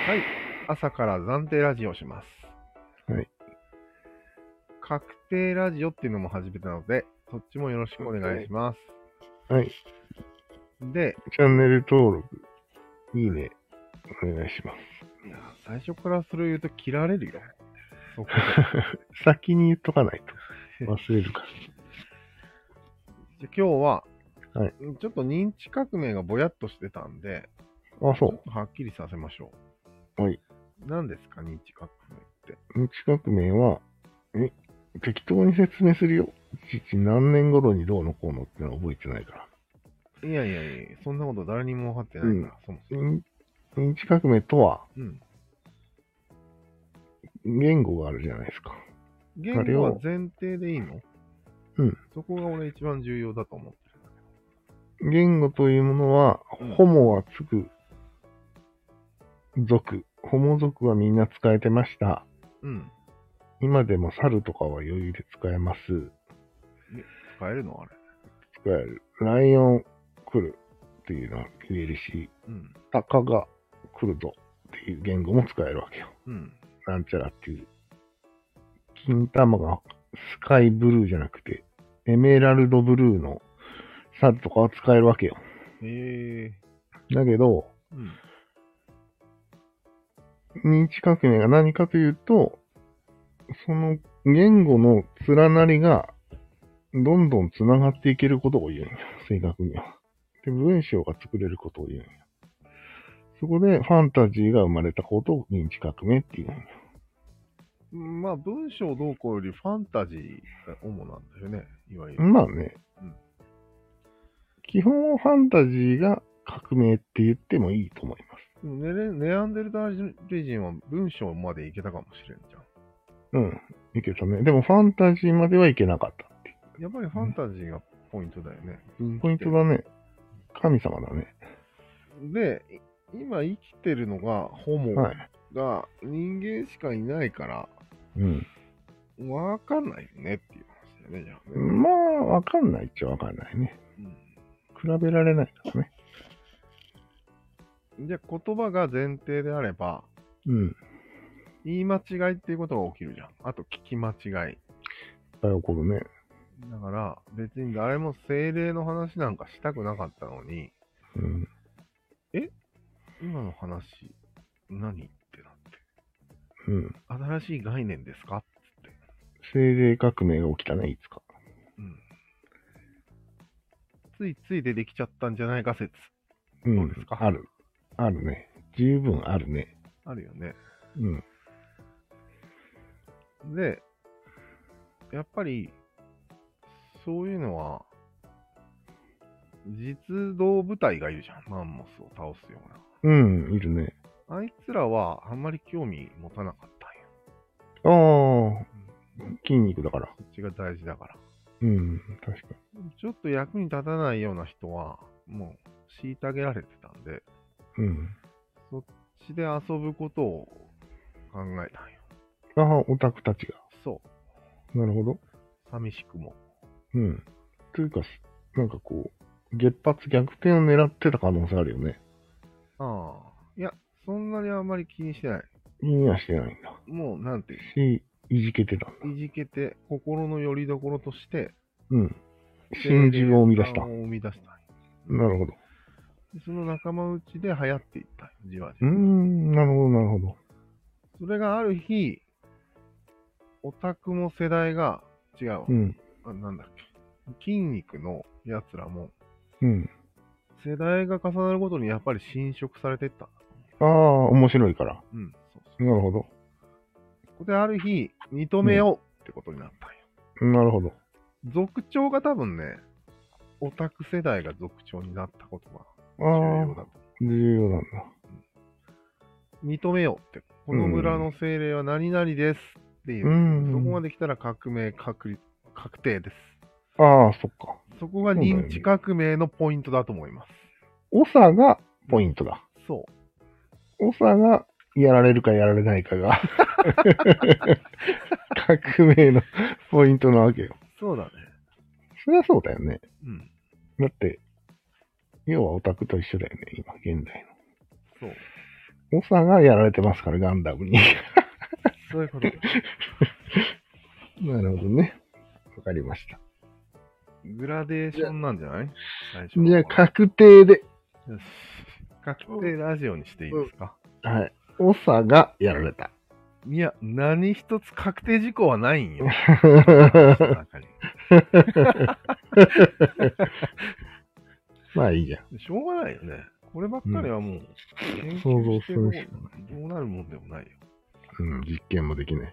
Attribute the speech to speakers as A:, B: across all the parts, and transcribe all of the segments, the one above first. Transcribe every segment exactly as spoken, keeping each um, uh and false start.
A: はい。朝から暫定ラジオをします。
B: はい。
A: 確定ラジオっていうのも始めたので、そっちもよろしくお願いします。
B: はい。
A: で、
B: チャンネル登録、いいね、お願いします。
A: いや、最初からそれを言うと切られるよ。そこ
B: 先に言っとかないと忘れるか
A: で。じゃあ今日は、
B: はい、
A: ちょっと認知革命がぼやっとしてたんで、
B: あ、そう。
A: ちょっとはっきりさせましょ
B: う。はい。
A: 何ですか、認知革命って。
B: 認知革命は、え、適当に説明するよ。いちいち何年頃にどうのこうのってのは覚えてないから。
A: いやいやいや、そんなこと誰にも分かってないから、うん、そもそも。
B: 認知革命とは、
A: うん、
B: 言語があるじゃないですか。
A: 言語は前提でいいの？
B: うん。
A: そこが俺一番重要だと思って
B: る。言語というものは、うん、ホモはつく族。ホモ族はみんな使えてました。
A: うん。
B: 今でも猿とかは余裕で使えます。
A: え、使えるのあれ？
B: 使える。ライオン来るっていうのは言えるし、
A: うん、
B: タカが来るぞっていう言語も使えるわけよ。
A: うん、
B: なんちゃらっていう。金玉がスカイブルーじゃなくて、エメラルドブルーの猿とかは使えるわけよ。
A: へ
B: ー。だけど、うん、認知革命が何かというと、その言語の連なりがどんどん繋がっていけることを言うんよ。正確には。で、文章が作れることを言うんよ。そこでファンタジーが生まれたことを認知革命っていうんよ。
A: まあ、文章どうこうよりファンタジーが主なんだよね。いわゆる。
B: まあね。うん、基本ファンタジーが革命って言ってもいいと思います。
A: でもネ、ネアンデルタール人は文章までいけたかもしれんじゃん。
B: うん。いけたね。でもファンタジーまではいけなかったっていう。
A: やっぱりファンタジーがポイントだよね。
B: ポイントだね。神様だね。
A: で、今生きてるのがホモが人間しかいないから、
B: うん。
A: わかんないよねっていう話だよね、じゃあね。
B: まあ、わかんないっちゃわかんないね。うん、比べられないからね。
A: じゃあ言葉が前提であれば、
B: うん。
A: 言い間違いっていうことが起きるじゃん。あと聞き間違い。いっ
B: ぱい起こるね。
A: だから別に誰も精霊の話なんかしたくなかったのに、
B: うん、
A: え今の話何ってなって。
B: うん。
A: 新しい概念ですかって。
B: 精霊革命が起きたね、いつか。
A: うん。ついつい出てきちゃったんじゃないか説。
B: うん。
A: どうですか？
B: ある。あるね。十分あるね。
A: あるよね。
B: うん。
A: で、やっぱり、そういうのは、実動部隊がいるじゃん。マンモスを倒すよ
B: うな。うん、いるね。
A: あいつらはあんまり興味持たなかった
B: んよ。ああ、うん、筋肉だから。
A: そっちが大事だから。
B: うん、確か
A: に。ちょっと役に立たないような人は、もう、虐げられてたんで、
B: うん。
A: そっちで遊ぶことを考えたんよ。
B: ああ、オタクたちが。
A: そう。
B: なるほど。
A: 寂しくも。
B: うん。というか、なんかこう、月発逆転を狙ってた可能性あるよね。
A: ああ。いや、そんなにあんまり気にしてない。
B: 気にはしてないんだ。
A: もう、なんていう
B: し、いじけてたんだ。
A: いじけて、心の拠り所として、
B: うん。真珠を生み出した。
A: を生み出した。
B: なるほど。
A: その仲間内で流行っていったじわじ
B: わ。うーん、なるほど、なるほど。
A: それがある日、オタクも世代が違う。
B: うん。
A: あ、なんだっけ。筋肉のやつらも、
B: うん。
A: 世代が重なるごとにやっぱり侵食されていった。あ
B: ああ、面白いから。
A: うん、そうそう。
B: なるほど。こ
A: こである日、認めようってことになったんよ。
B: うん、なるほど。
A: 族長が多分ね、オタク世代が族長になったことが重要だと。
B: 重要なんだ。
A: 認めようって。この村の精霊は何々ですっていう。うん、そこまで来たら革命確確定です。
B: ああ、そっか。
A: そこが認知革命のポイントだと思います。
B: 長がポイントだ。
A: そう。
B: 長がやられるかやられないかが革命のポイントなわけよ。
A: そうだね。
B: そりゃそうだよね。
A: うん。
B: だって、要はオタクと一緒だよね、今、現代の。
A: そう。
B: 長がやられてますから、ガンダムに。
A: そういうこと。
B: なるほどね。わかりました。
A: グラデーションなんじゃない最初。
B: じゃあ、確定で。
A: よし。確定ラジオにしていいですか、
B: うん、はい。長がやられた。
A: いや、何一つ確定事項はないんよ。
B: まあいいじゃん。
A: しょうがないよね。こればっかりはもう、研
B: 想像
A: 究してどう
B: するしかない。
A: どうなるもんでもないよ。
B: うん、実験もできないし。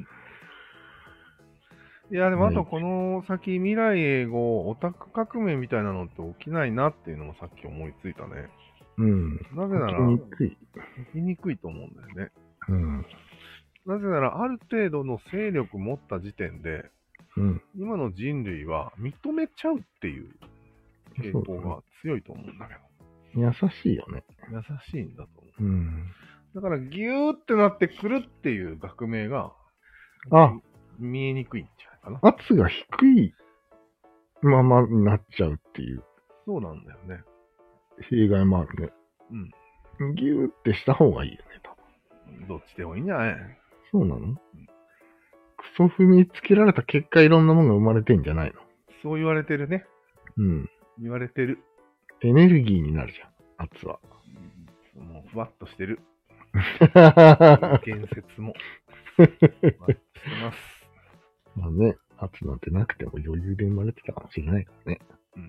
A: いや、でもあとこの先、未来永劫、オタク革命みたいなのって起きないなっていうのもさっき思いついたね。
B: うん。
A: なぜなら、
B: 起きにくい。
A: 起きにくいと思うんだよね。
B: うん。
A: なぜなら、ある程度の勢力持った時点で、
B: うん、今
A: の人類は認めちゃうっていう傾向が強いと思うんだけ
B: ど。優しいよね。
A: 優しいんだと思
B: う。うん。
A: だから、ギューってなってくるっていう革命が、
B: あ、
A: 見えにくいんじゃないかな。
B: 圧が低いままになっちゃうっていう。
A: そうなんだよね。
B: 弊害もあるね。うん。ギューってした方がいいよね、
A: 多分。どっちでもいいんじゃない？
B: そうなの？うん、クソ踏みつけられた結果、いろんなものが生まれてんじゃないの？
A: そう言われてるね。
B: うん。
A: 言われてる。
B: エネルギーになるじゃん、圧は。
A: もう、ふわっとしてる。建設も。ふわっとしてます。
B: まあね、圧なんてなくても余裕で生まれてたかもしれないからね。うん。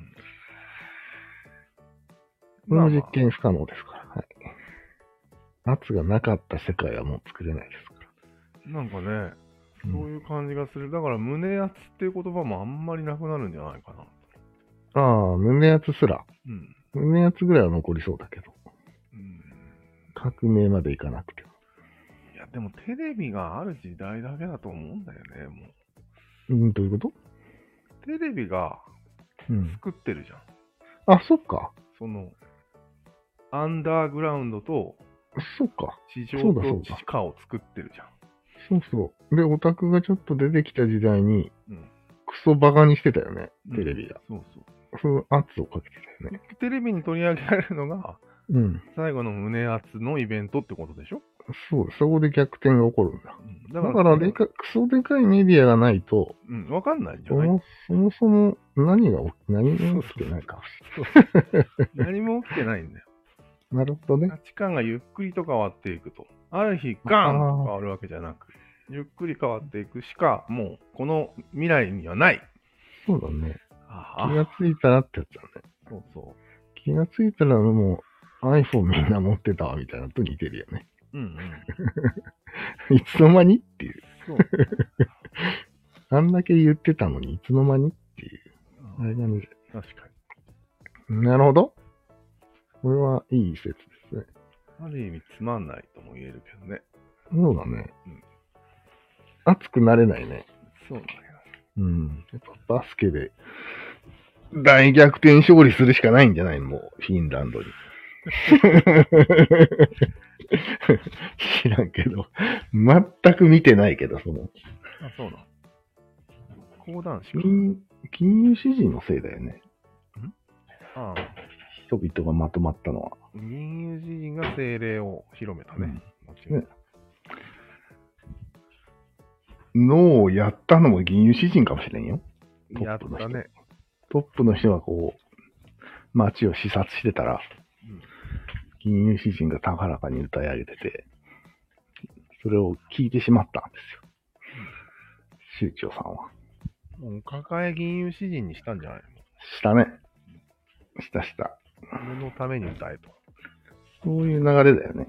B: この実験不可能ですから。はい。圧がなかった世界はもう作れないですから。
A: なんかね、そういう感じがする。だから胸圧っていう言葉もあんまりなくなるんじゃないかな。
B: ああ、胸圧すら。
A: うん。
B: 胸圧ぐらいは残りそうだけど。うん。革命までいかなくても。
A: いや、でもテレビがある時代だけだと思うんだよね、も
B: う。うん、どういうこと？
A: テレビが作ってるじゃん。
B: うん、あ、そっか。
A: その、アンダーグラウンドと、
B: そっか。
A: 地上と地下を作ってるじゃん。
B: そうそう。で、オタクがちょっと出てきた時代に、うん、クソバカにしてたよね、テレビが。うん、そうそう。そういう圧をかけてたよね。
A: テレビに取り上げられるのが、うん、最後の胸圧のイベントってことでしょ？
B: そう、そこで逆転が起こるんだ。うん、だから、だからでか、クソでかいメディアがないと、
A: うん、わかんないんじゃない？
B: そもそも何が起き、何も起きてないか。
A: 何も起きてないんだよ。
B: なるほどね。
A: 価値観がゆっくりと変わっていくと。ある日、ガーンと変わるわけじゃなく、ゆっくり変わっていくしか、もう、この未来にはない。
B: そうだね。気がついたらってやつだね。そうそう。気がついたらもう iPhone みんな持ってたわみたいなのと似てるよね。うんうん。いつの間にっていう。そう。あんだけ言ってたのにいつの間にっていう。あれがね。
A: 確かに。
B: なるほど。これはいい説ですね。
A: ある意味つまんないとも言えるけどね。
B: そうだね。うん、熱くなれないね。
A: そうだね。
B: うん。やっぱバスケで大逆転勝利するしかないんじゃないの？もう、フィンランドに。知らんけど。全く見てないけど、その。
A: あ、そうなの。講談師か。
B: 金融詩人のせいだよね。
A: んああ。
B: 人々がまとまったのは。
A: 銀融詩人が精霊を広めたね。
B: うん、ね脳をやったのも銀融詩人かもしれんよ。
A: やったね。
B: トップの人がこう、街を視察してたら、うん、銀融詩人が高らかに歌い上げてて、それを聞いてしまったんですよ。宗教さんは。
A: もう抱え銀融詩人にしたんじゃないの？
B: したね。したした。
A: 俺のために歌えと。
B: そういう流れだよね。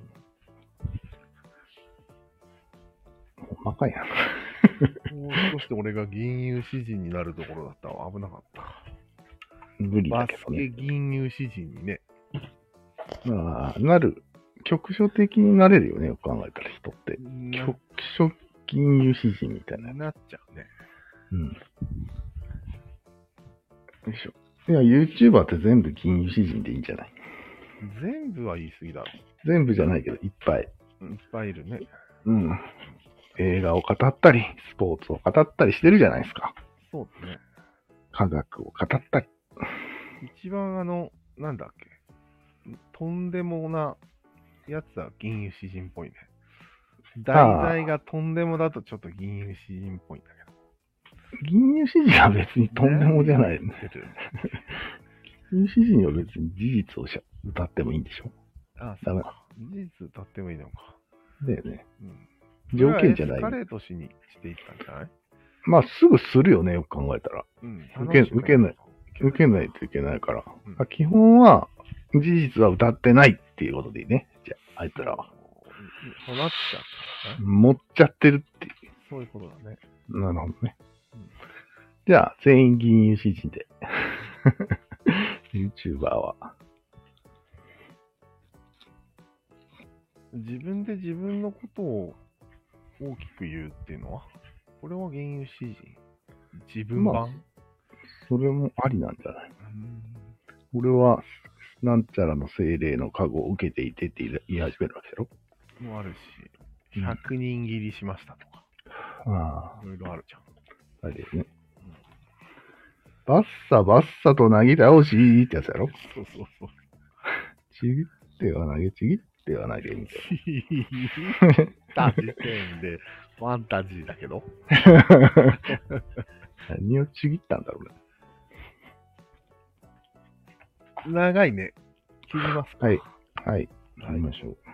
B: ほんまかいな。
A: もう少しで俺が銀融詩人になるところだったら危なかった。
B: 無理だけどね。
A: バスケ銀融詩人にね。
B: まあ、なる。局所的になれるよね、よく考えたら人って。局所銀融詩人みたいな。
A: なっちゃうね。
B: うん。よいしょ。いや、YouTuber って全部銀融詩人でいいんじゃない？
A: 全部は言い過ぎだろ。
B: 全部じゃないけど、いっぱい。
A: いっぱいいるね。
B: うん。映画を語ったり、スポーツを語ったりしてるじゃないですか。
A: そうだね。
B: 科学を語ったり。
A: 一番あの、なんだっけ。とんでもなやつは銀融詩人っぽいね。題材がとんでもだとちょっと銀融詩人っぽいんだけど。
B: 銀融詩人は別にとんでもじゃないよね。
A: 何言ってる
B: 銀融詩人は別に事実をしゃ歌ってもいいんでしょ。
A: ああ、そうか。事実歌ってもいいのか。
B: だよね。
A: うん。
B: 条件じゃない。
A: エスカレートしにしていったんじゃない？
B: まあ、すぐするよね、よく考えたら。
A: うん。
B: 受け、受けない。受けないといけないから。
A: うん、
B: 基本は、事実は歌ってないっていうことでいいね。じゃあ、あいつらは。
A: そうなっちゃった、
B: ね。持っちゃってるっていう。
A: そういうことだね。
B: なるほどね。うん、じゃあ、全員銀融詩人で。YouTuber は。
A: 自分で自分のことを大きく言うっていうのは、これは銀融詩人。自分版、まあ、
B: それもありなんじゃない？うん、俺は、なんちゃらの精霊の加護を受けていてって言い始めるわけだろ？
A: もあるし、ひゃくにん切りしましたとか。
B: うん、ああ。
A: いろいろあるじゃん。
B: あれですね。うん、バッサバッサと投げ倒しーってやつやろ？
A: そうそうそう。
B: ちぎっては投げ、ちぎっては投げみたい
A: な。時点でファンタジーだけど。
B: 何をちぎったんだろうね。
A: 長いね。切りますか。
B: はい。はい。切りましょう。